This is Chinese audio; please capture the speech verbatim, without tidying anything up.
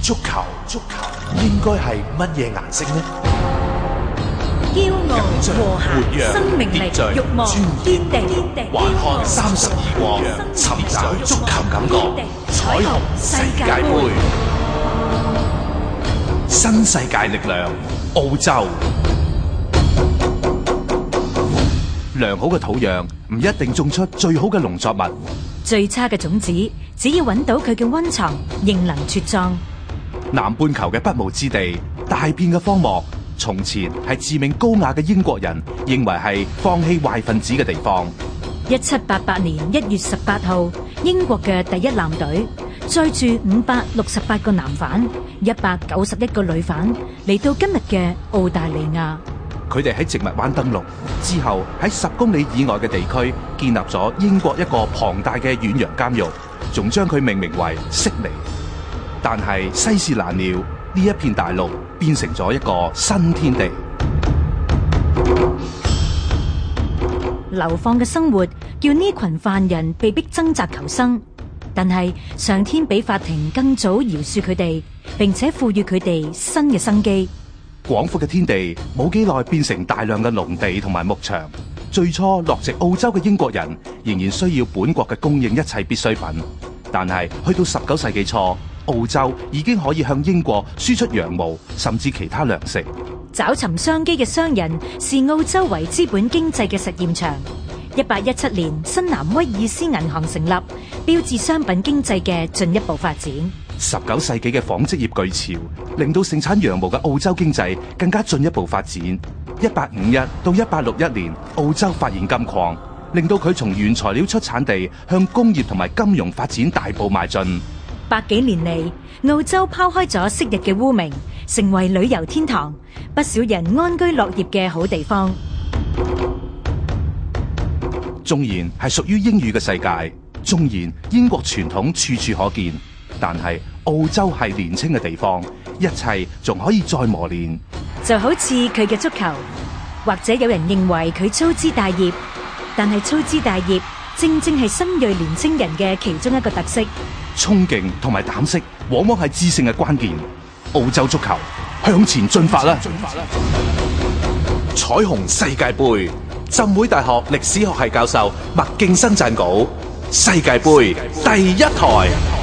足球，足球應該係乜嘢顏色呢？ 驕傲、和諧、生命力、慾望、堅定， 環看三十二國，尋找足球感覺，彩虹世界盃，新世界力量，澳洲。良好嘅土壤唔一定種出最好嘅農作物， 最差嘅種子只要揾到佢嘅溫床，仍能茁壯。 南半球嘅不毛之地，大片嘅荒漠，從前係自命高雅嘅英國人認為係放棄壞分子嘅地方。 一七八八年一月十八號，英國嘅第一艦隊載住五百六十八個男犯、一百九十一個女犯嚟到今日嘅澳大利亞。 佢哋喺植物灣登陸之後，喺十公里以外嘅地區建立咗英國一個龐大嘅遠洋監獄，仲將佢命名為悉尼。但係世事難料，呢一片大陸變成咗一個新天地。 流放嘅生活叫呢群犯人被逼掙扎求生，但係上天比法庭更早饒恕佢哋，並且賦予佢哋新嘅生機。 廣闊嘅天地冇幾耐變成大量嘅農地同埋牧場。最初落籍澳洲嘅英國人仍然需要本國嘅供應一切必需品，但係去到十九世紀初，澳洲已經可以向英國輸出羊毛甚至其他糧食。 找尋商機嘅商人視澳洲為資本經濟嘅實驗場。一八一七年，新南威爾斯銀行成立，標誌商品經濟嘅進一步發展。 十九世紀嘅紡織業巨潮令到盛產羊毛嘅澳洲經濟更加進一步發展。一八五一到一八六一年，澳洲發現金礦，令到佢從原材料出產地向工業同埋金融發展大步邁進。 百幾年嚟，澳洲拋開咗昔日嘅污名，成為旅遊天堂，不少人安居樂業嘅好地方。 縱然係屬於英語嘅世界，縱然英國傳統處處可見，但係澳洲係年輕嘅地方，一切仲可以再磨練。 就好似佢嘅足球，或者有人認為佢粗枝大葉，但係粗枝大葉正正係新銳年輕人嘅其中一個特色。 衝勁同埋膽識往往係致勝嘅關鍵。澳洲足球向前進發啦！彩虹世界盃，浸會大學歷史學系教授麥敬生撰稿，世界盃第一台。